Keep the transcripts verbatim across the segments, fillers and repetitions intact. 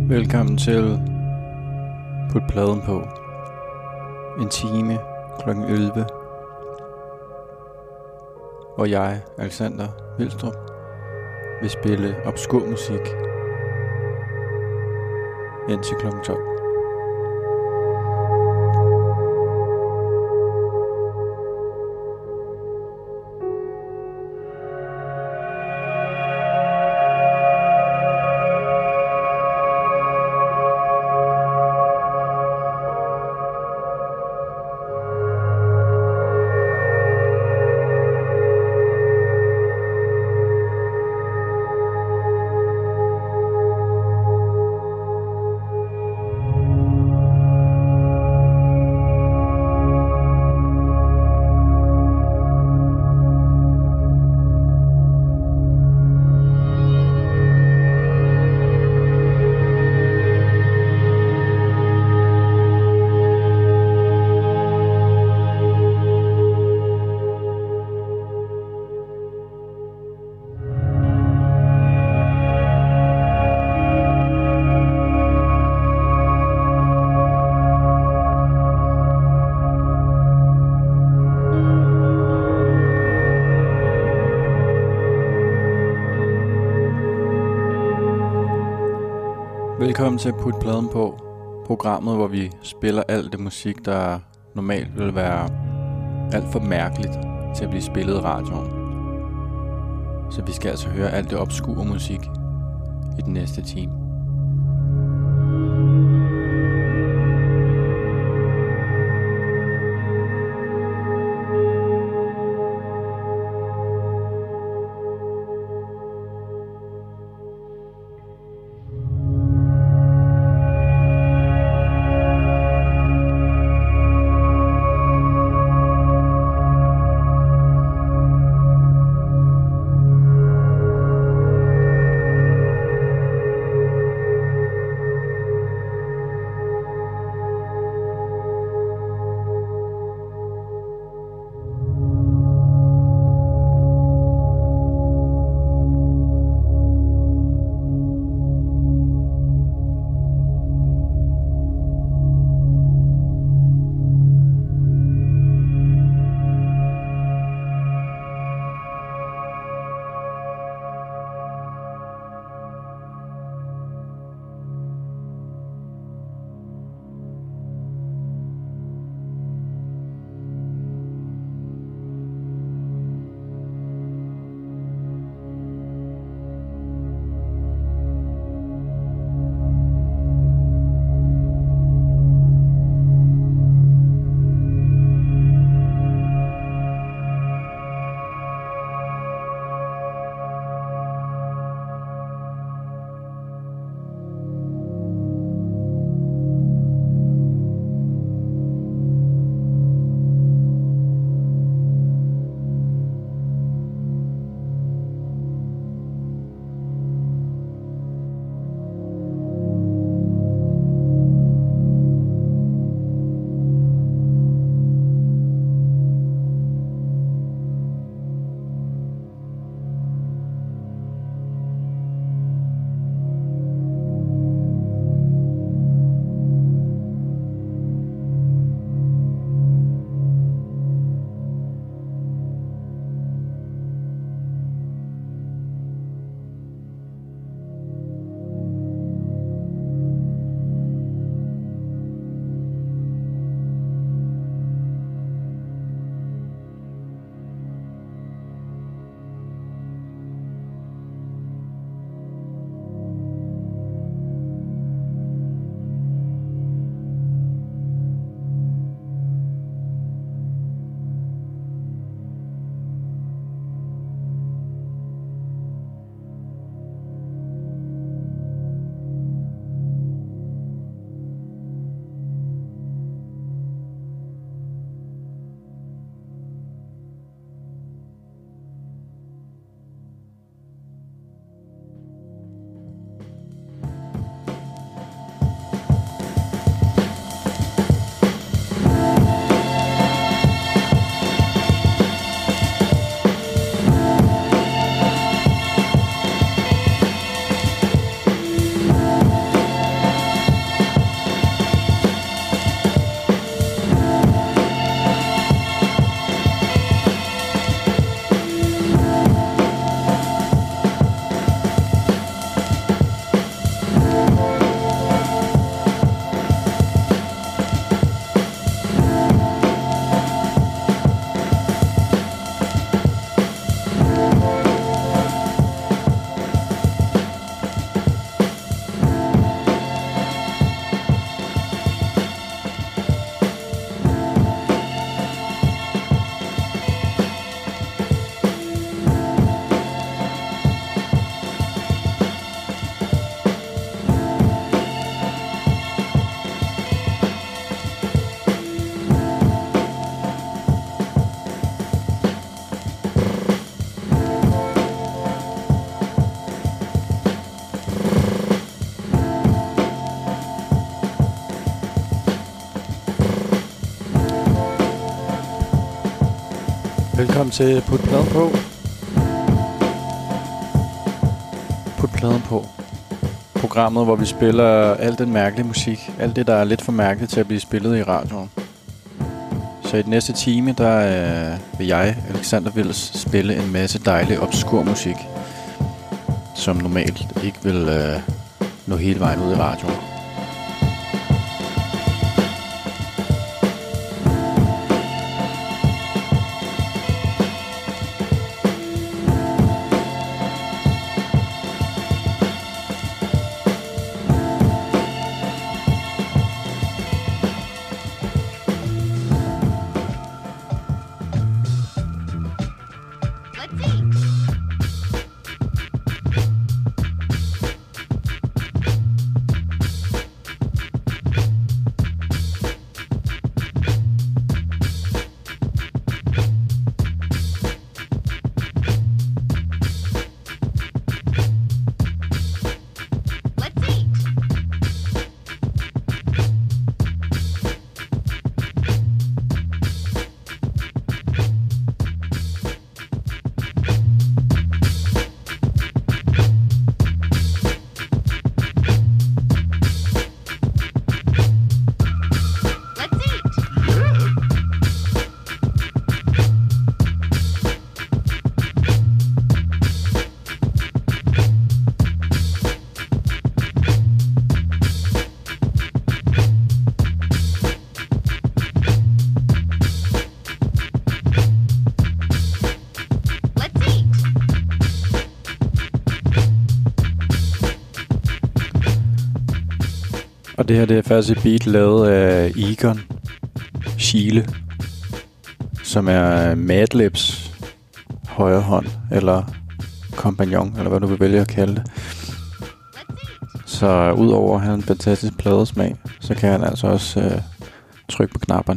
Velkommen til Put pladen på. En time klokken elleve. Og jeg, Alexander Vilstrup, vil spille obskur musik indtil klokken tolv. Velkommen til Put pladen på, programmet hvor vi spiller alt det musik, der normalt vil være alt for mærkeligt til at blive spillet i radioen. Så vi skal altså høre alt det obskure musik i den næste time. Velkommen til Put Pladen På. Put Pladen På. Programmet, hvor vi spiller alt den mærkelige musik. Alt det, der er lidt for mærkeligt til at blive spillet i radioen. Så i den næste time, der øh, vil jeg, Alexander Vils, spille en masse dejlig obskur musik, som normalt ikke vil øh, nå hele vejen ud i radioen. Og det her, det er faktisk et beat lavet af Egon Schiele, som er Madlibs højre hånd, eller kompagnon, eller hvad du vil vælge at kalde det. Så udover at have en fantastisk pladesmag, så kan han altså også øh, trykke på knapperne.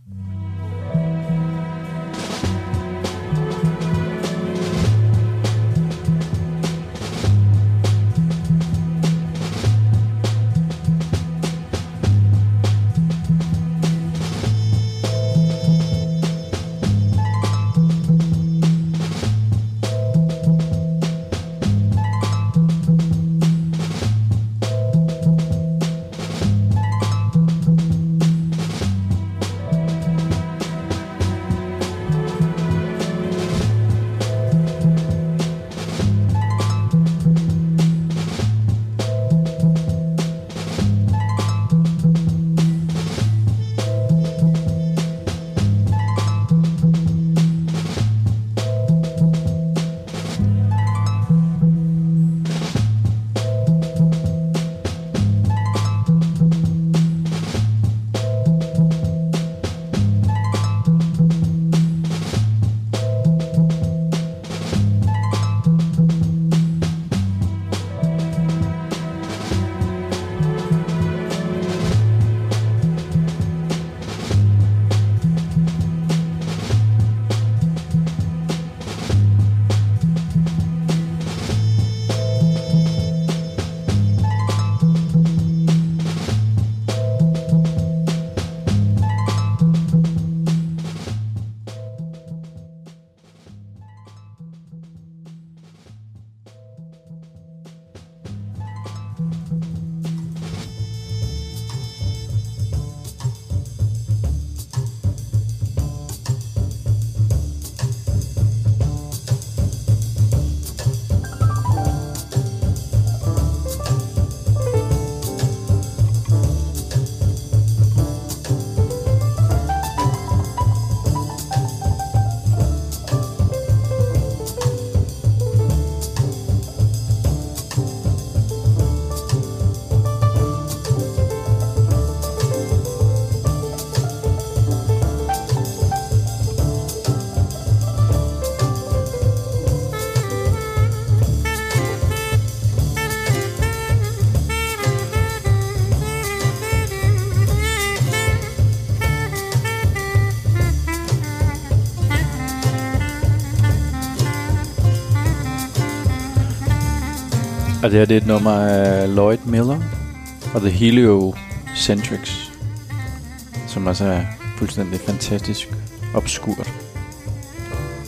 Og det her, det er et nummer af Lloyd Miller og The Heliocentrics, som altså er fuldstændig fantastisk obskurt.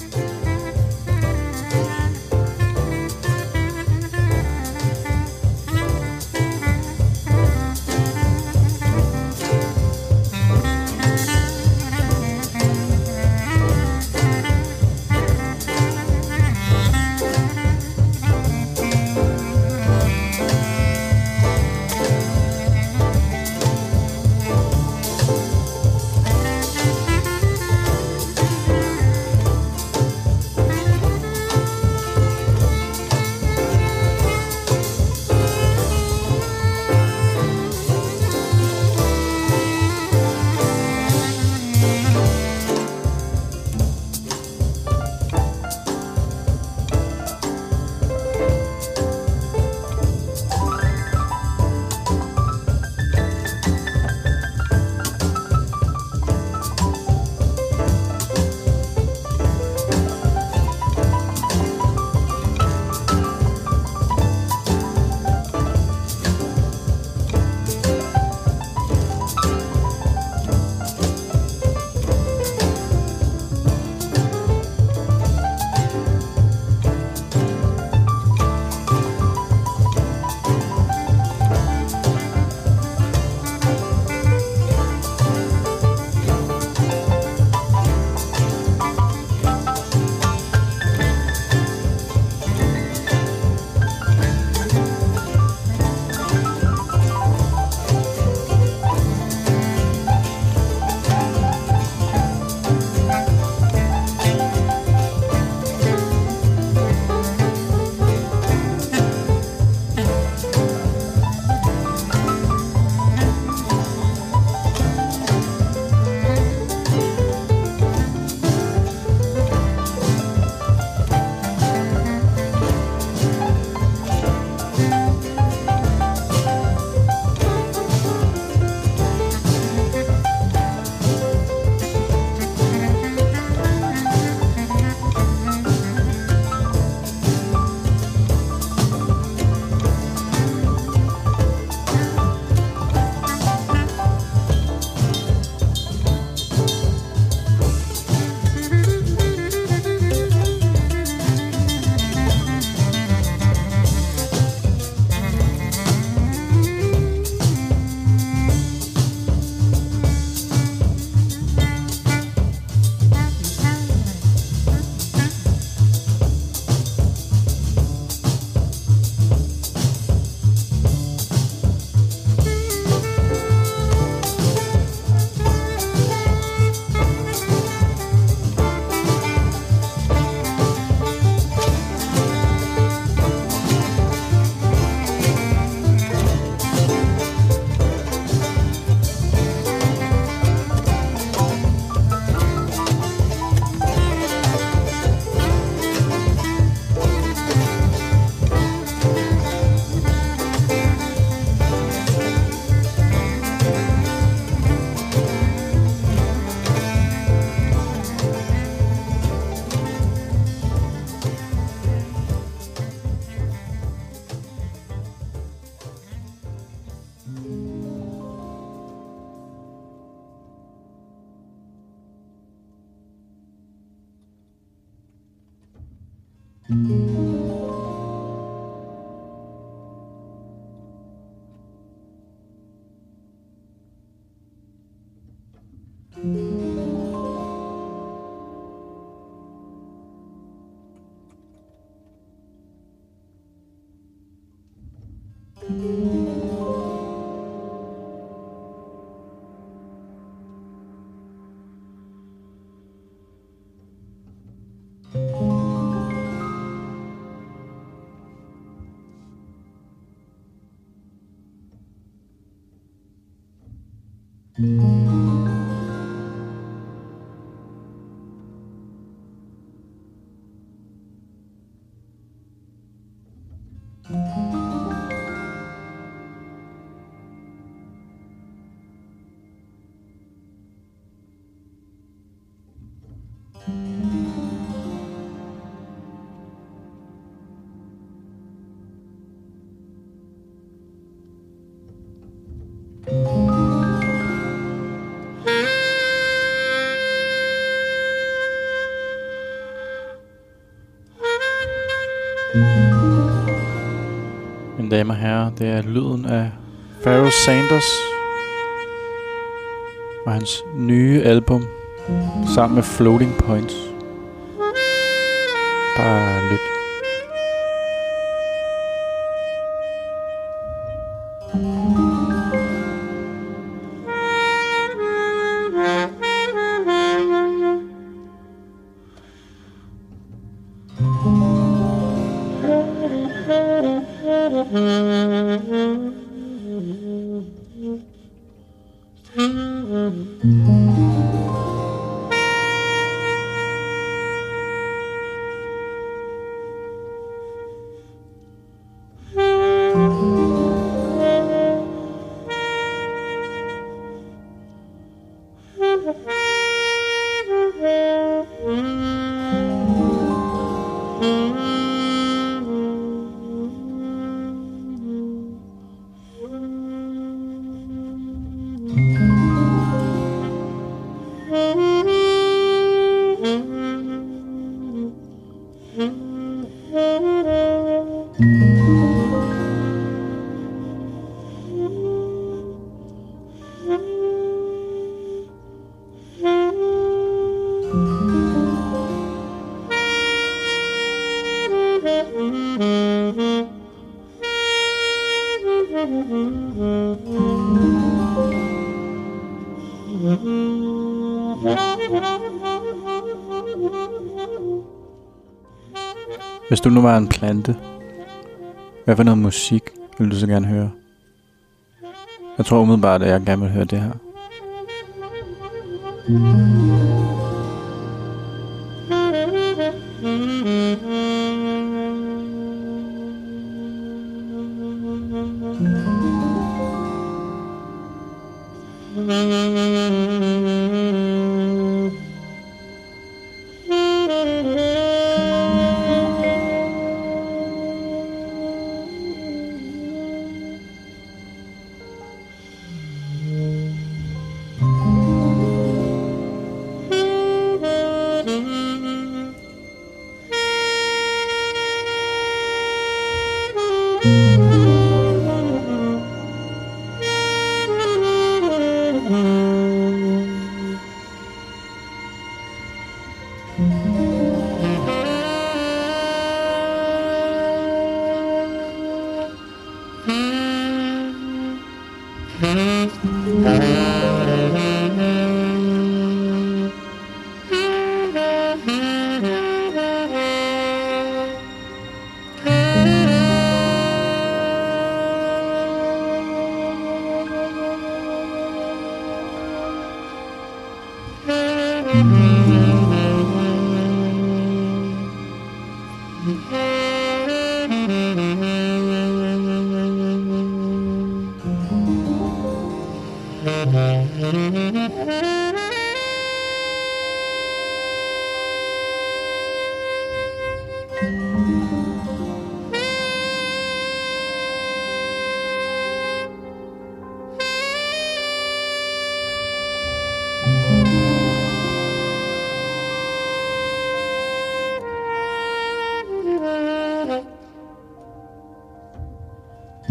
Mine damer og herrer, det er lyden af Pharoah Sanders og hans nye album sammen med Floating Points. Bare lyt. Hvis du nu var en plante, hvad for noget musik vil du så gerne høre? Jeg tror umiddelbart, at jeg gerne vil høre det her.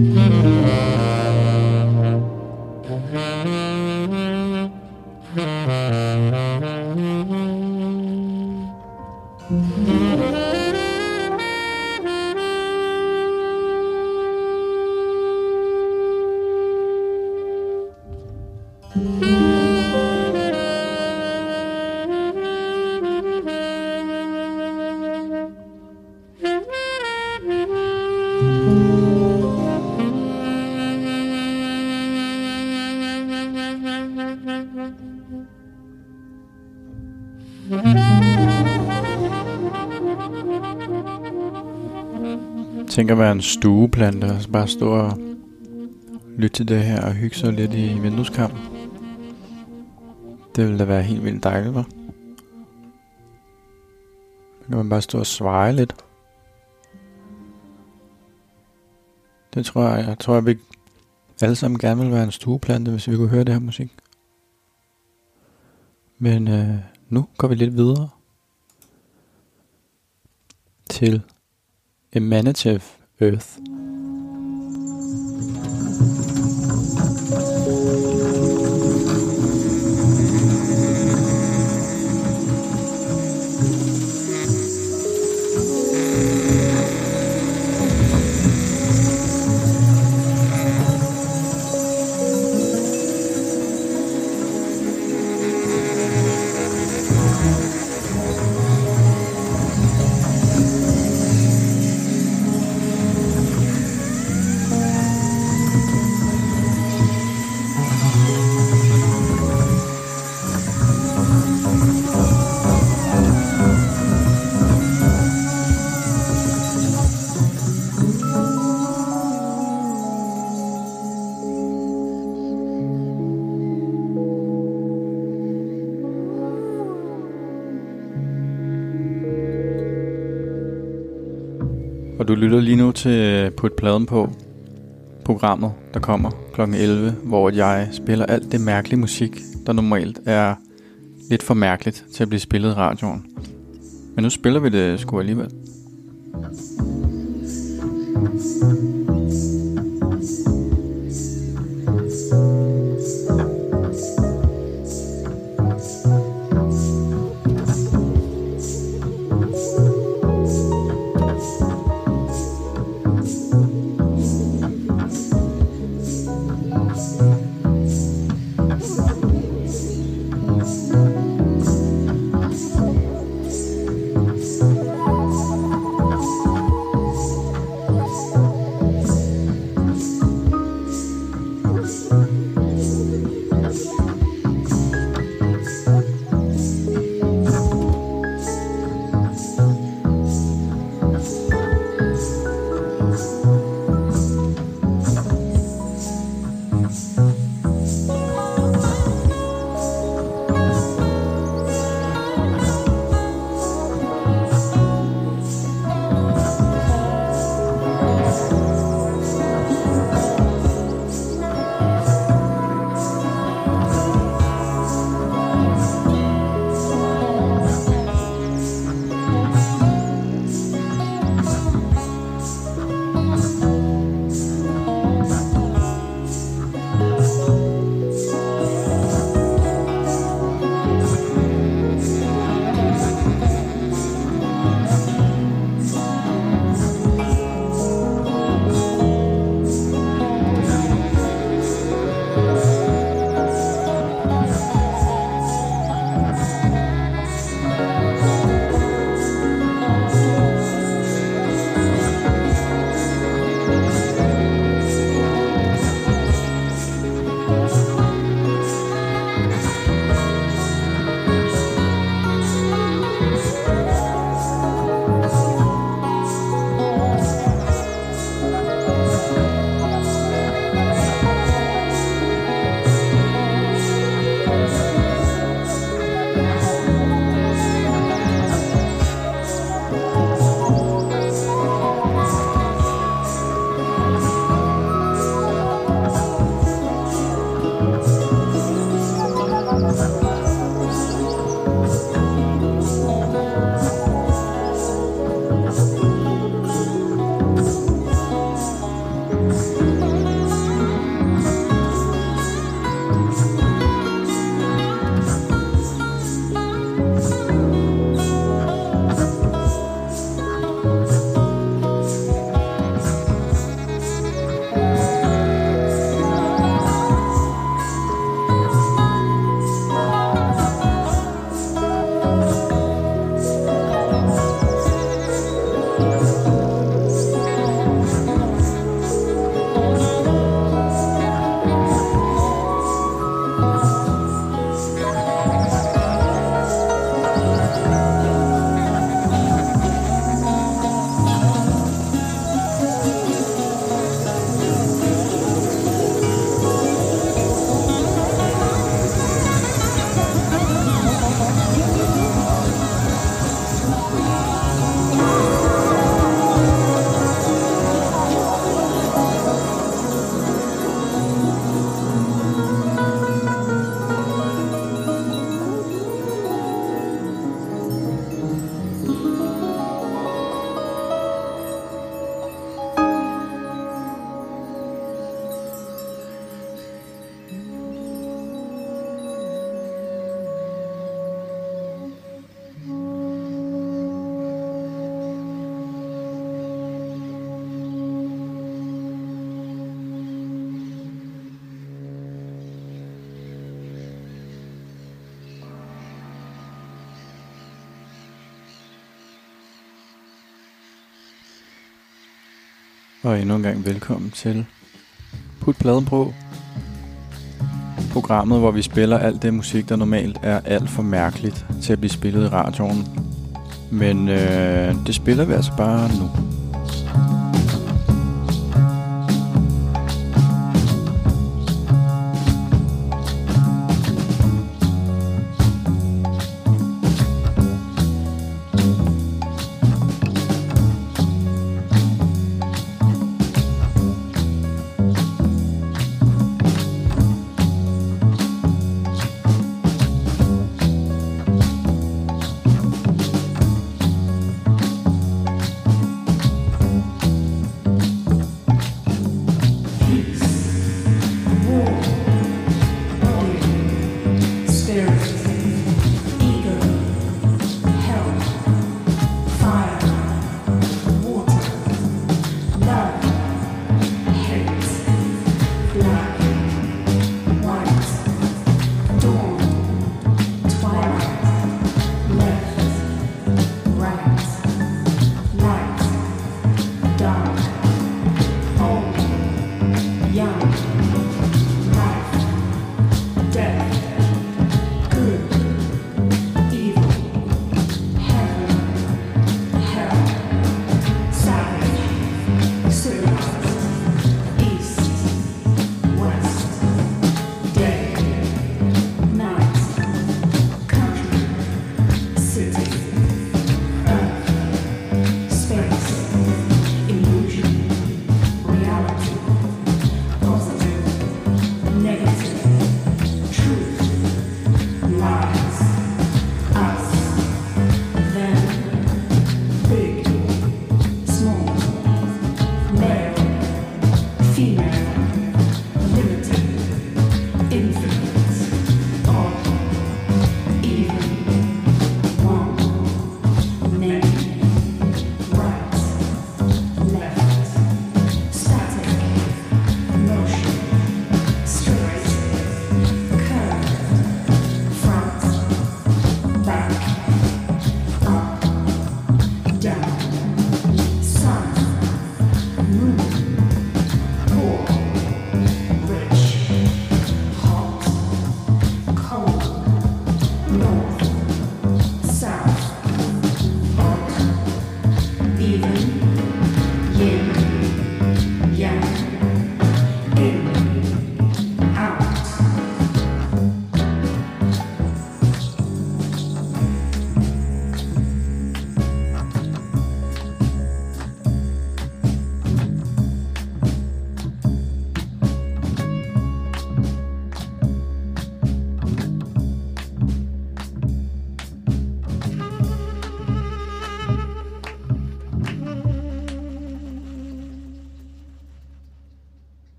Tænk at være en stueplante og bare stå og lytte til det her og hygge sig lidt i vindueskarmen. Det ville da være helt vildt dejligt, hva'? Så kan man bare stå og sveje lidt. Det tror jeg, jeg tror, at vi alle sammen gerne vil være en stueplante, hvis vi kunne høre det her musik. Men øh, nu går vi lidt videre til Emanative Earth. Og du lytter lige nu til Put Pladen På, programmet, der kommer klokken elleve, hvor jeg spiller alt det mærkelige musik, der normalt er lidt for mærkeligt til at blive spillet i radioen. Men nu spiller vi det sgu alligevel. Og endnu en gang velkommen til Put Pladen På. Programmet, hvor vi spiller alt det musik, der normalt er alt for mærkeligt til at blive spillet i radioen. Men øh, det spiller vi altså bare nu. Illusion, reality, positive.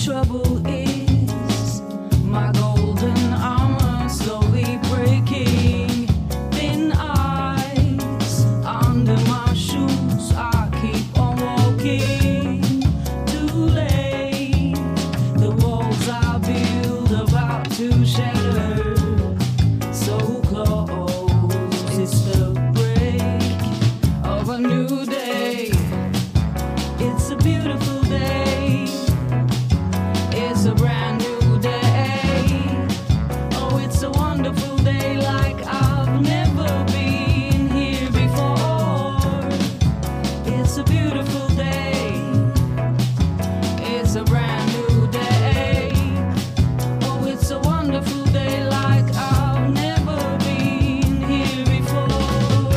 trouble is my golden armor slowly breaking. Thin ice under my shoes, I keep on walking. Too late, the walls I build about to shatter. So close, it's the break of a new day. It's a beautiful day. It's a brand new day. Oh, it's a wonderful day like I've never been here before. It's a beautiful day. It's a brand new day. Oh, it's a wonderful day like I've never been here before.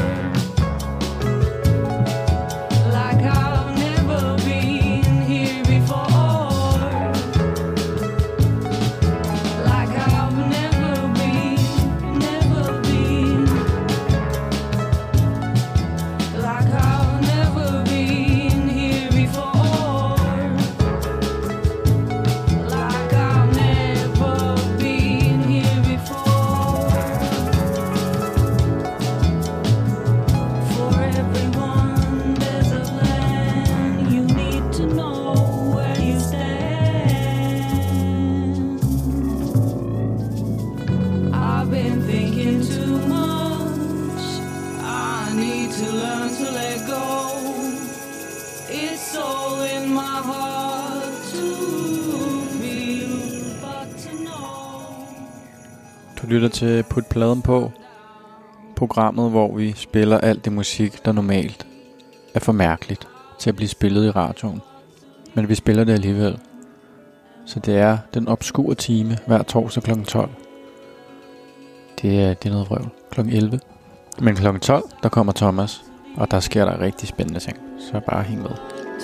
Like I've never been here before. Like I've never been, never been. Like I've never been here before. Like I've never been here before. For everyone there's a plan. You need to know where you stand. I've been thinking too much. I need to learn to let go. It's all in my heart to feel, but to know. Du lytter til Put Pladen På, programmet, hvor vi spiller alt det musik, der normalt er for mærkeligt til at blive spillet i radioen. Men vi spiller det alligevel. Så det er den obskure time hver torsdag klokken tolv. Det er, det er noget vrøvl. klokken elleve. Men klokken tolv, der kommer Thomas, og der sker der rigtig spændende ting. Så bare hæng med.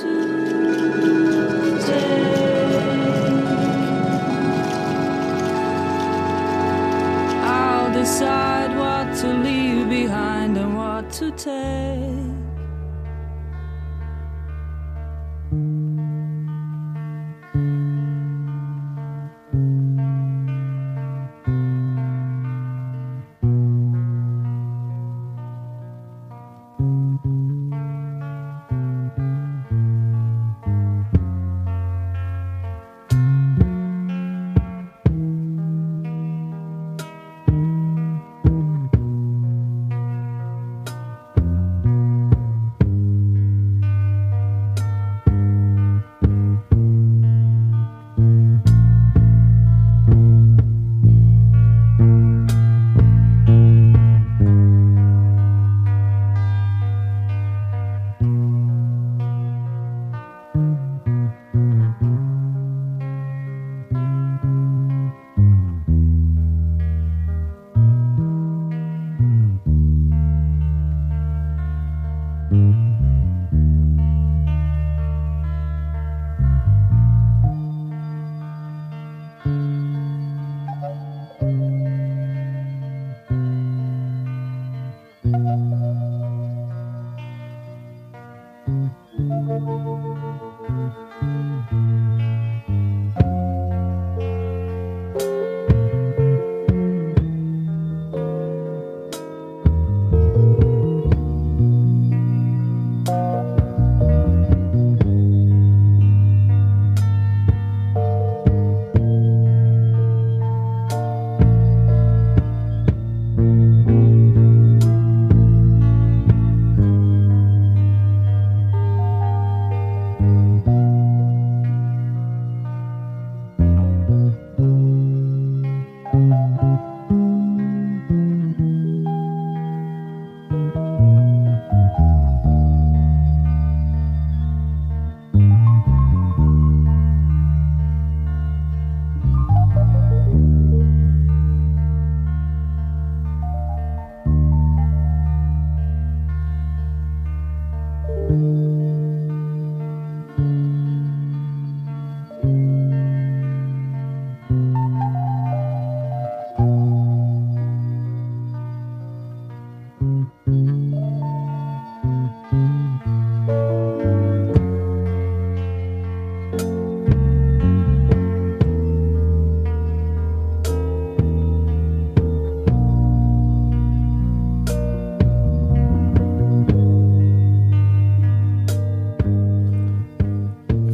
I'll decide what to leave behind and what to take.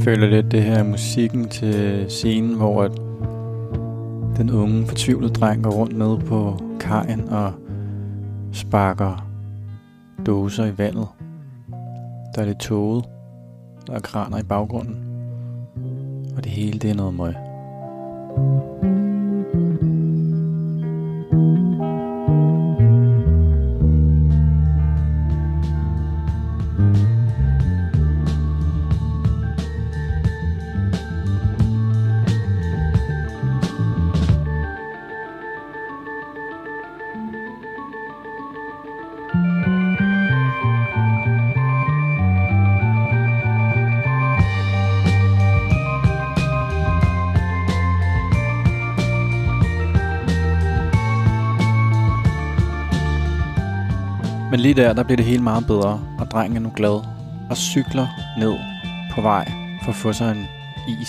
føler lidt, det her musikken til scenen, hvor at den unge, fortvivlede dreng går rundt nede på kajen og sparker dåser i vandet. Der er lidt tåget. Der er kraner i baggrunden. Og det hele, det er noget møg. Men lige der, der bliver det hele meget bedre, og drengen er nu glad og cykler ned på vej for at få sig en is.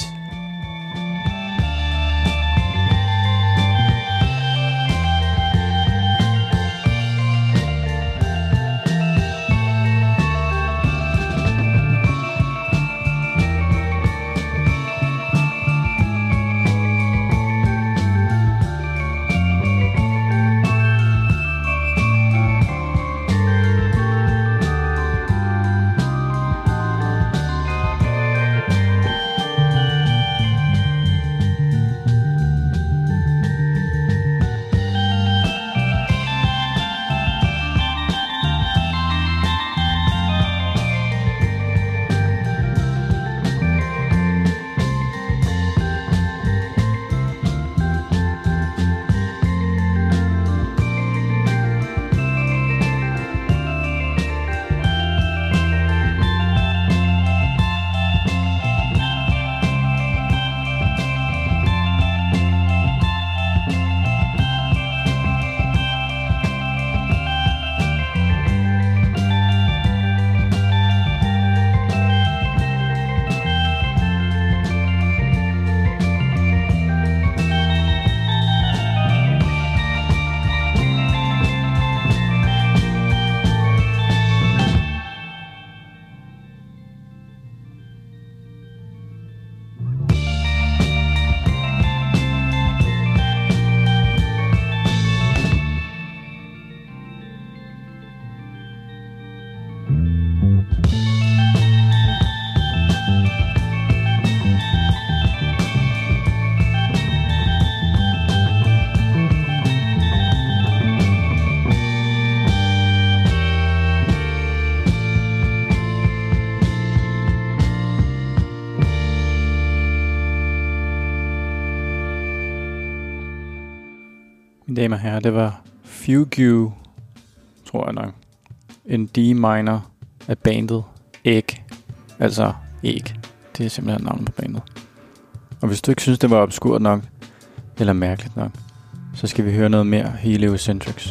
Mine damer og herrer, det var Fugue, tror jeg nok. En D-minor af bandet Egg. Altså Egg. Det er simpelthen navnet på bandet. Og hvis du ikke synes, det var obskurt nok, eller mærkeligt nok, så skal vi høre noget mere Heliocentrics.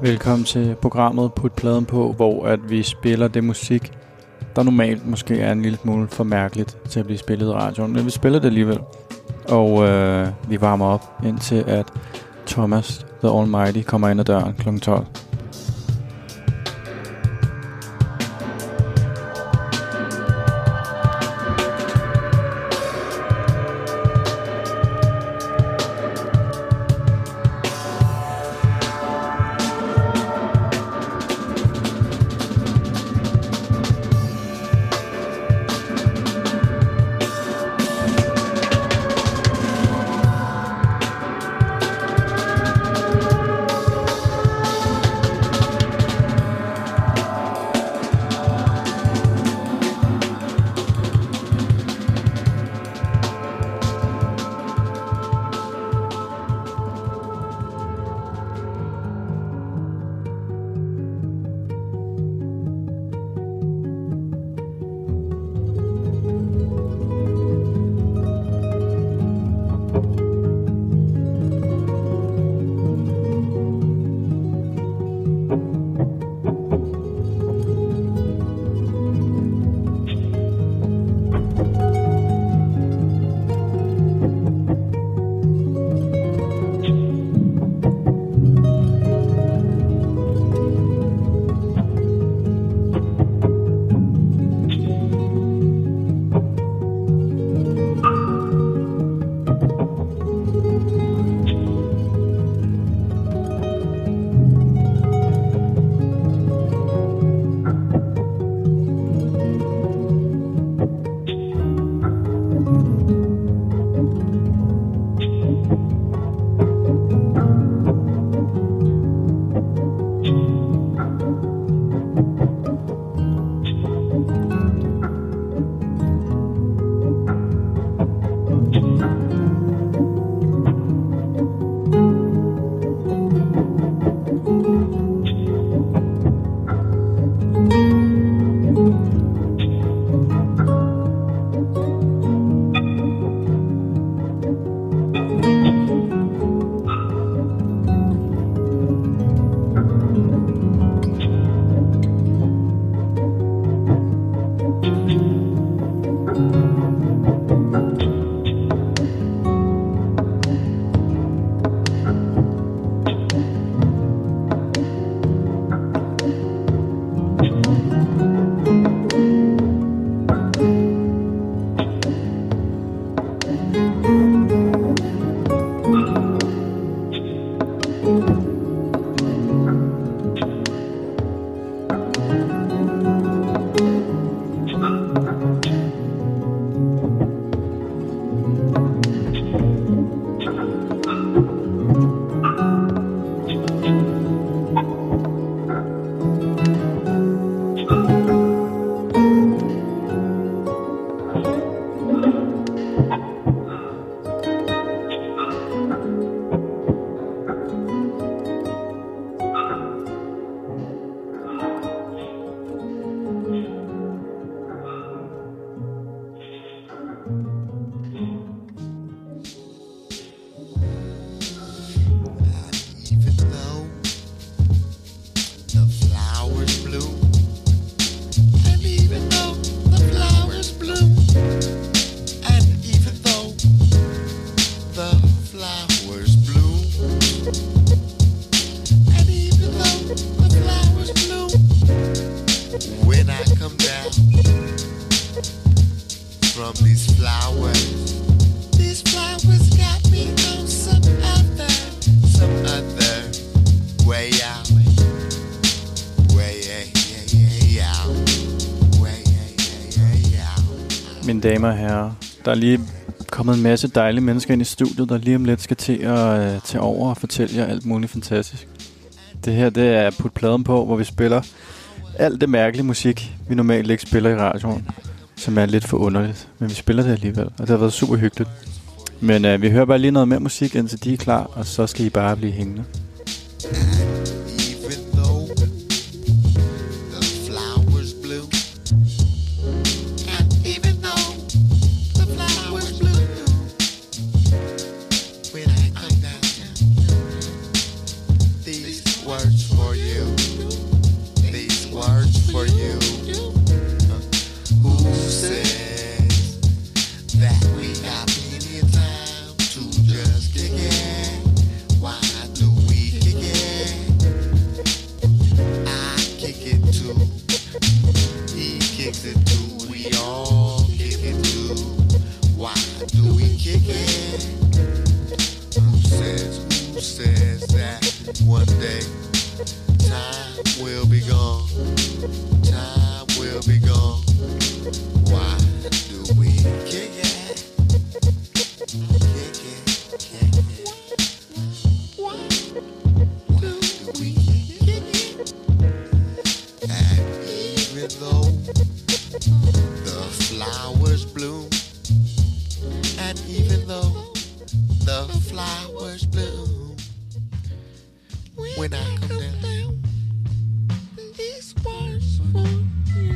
Velkommen til programmet Put Pladen På, hvor at vi spiller det musik, der normalt måske er en lille smule for mærkeligt til at blive spillet i radioen. Men vi spiller det alligevel. Og øh, vi varmer op indtil at Thomas The Almighty kommer ind ad døren klokken tolv. Mine damer og herrer, der er lige kommet en masse dejlige mennesker ind i studiet, der lige om lidt skal til at øh, tage over og fortælle jer alt muligt fantastisk. Det her, det er Put Pladen På, hvor vi spiller alt det mærkelige musik, vi normalt ikke spiller i radioen, som er lidt for underligt. Men vi spiller det alligevel, og det har været super hyggeligt. Men øh, vi hører bare lige noget mere musik, indtil de er klar, og så skal I bare blive hængende. Words for says that one day time will be gone. Time will be gone. Why do we kick it? Kick it, kick it. Why do we kick it? And even though the flowers bloom, and even though the flowers bloom, when I come down, these words for you.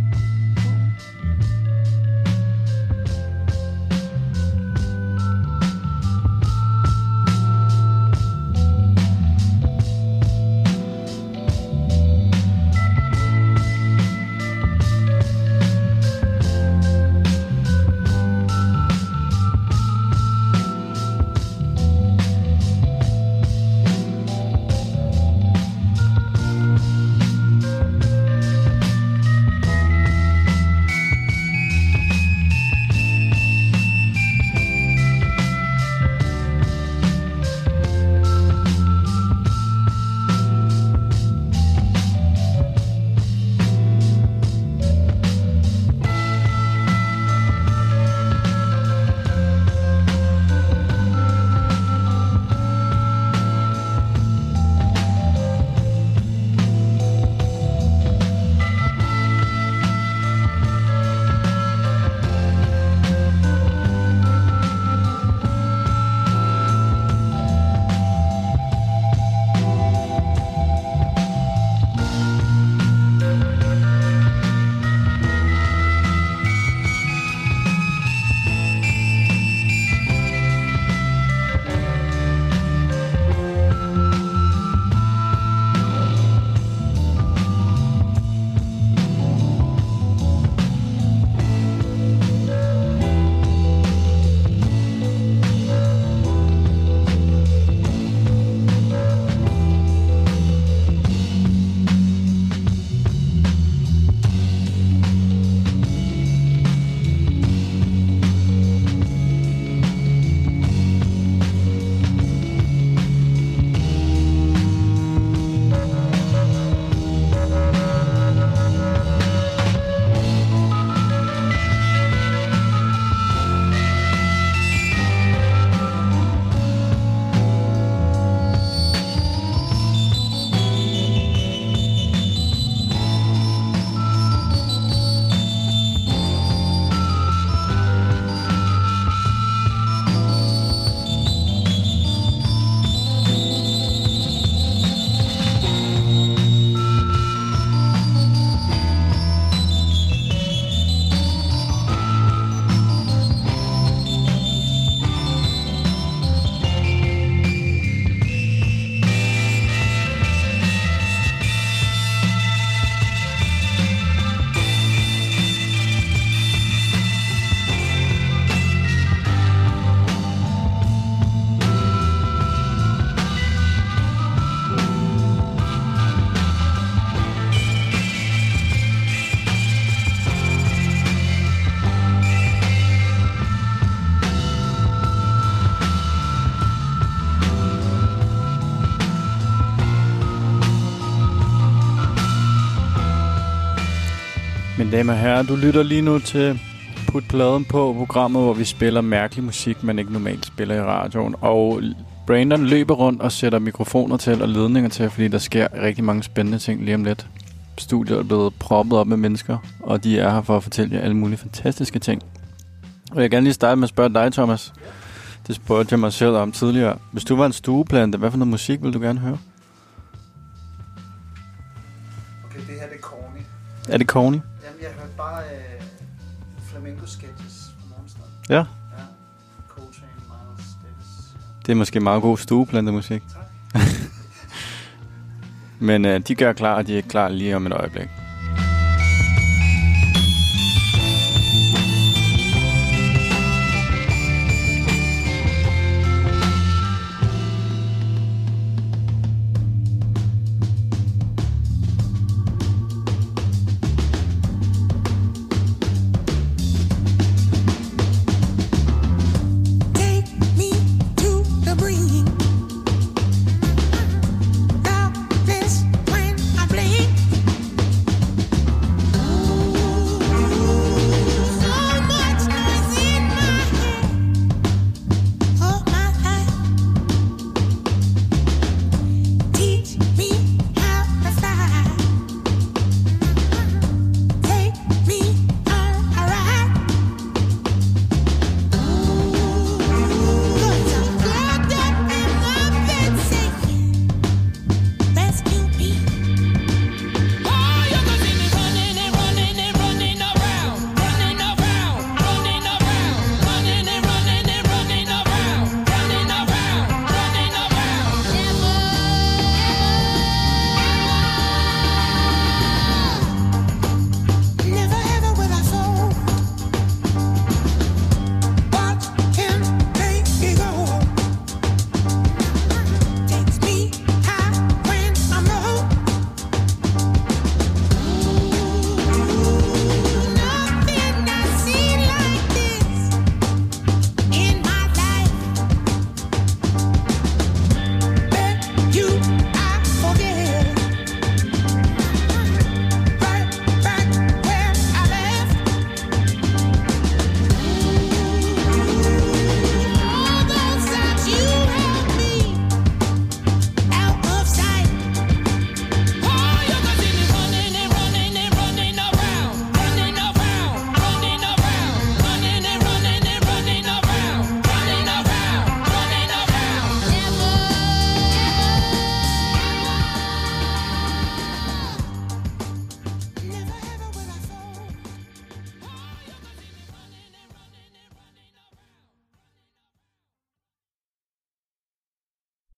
Mine damer og herrer, du lytter lige nu til Put Pladen på, programmet, hvor vi spiller mærkelig musik, man ikke normalt spiller i radioen. Og Brandon løber rundt og sætter mikrofoner til og ledninger til, fordi der sker rigtig mange spændende ting lige om lidt. Studiet er blevet proppet op med mennesker, og de er her for at fortælle jer alle mulige fantastiske ting. Og jeg vil gerne lige starte med at spørge dig, Thomas. Det spurgte jeg mig selv om tidligere. Hvis du var en stueplante, hvad for noget musik ville du gerne høre? Okay, det her det er corny. Er det corny? Jamen, jeg hørte bare øh, flamenco-sketches fra morgenstunden. Ja. Ja. Coltrane, Miles Davis. Det er måske meget god stueplantemusik. Tak. Men øh, de gør klar, og de er klar lige om et øjeblik.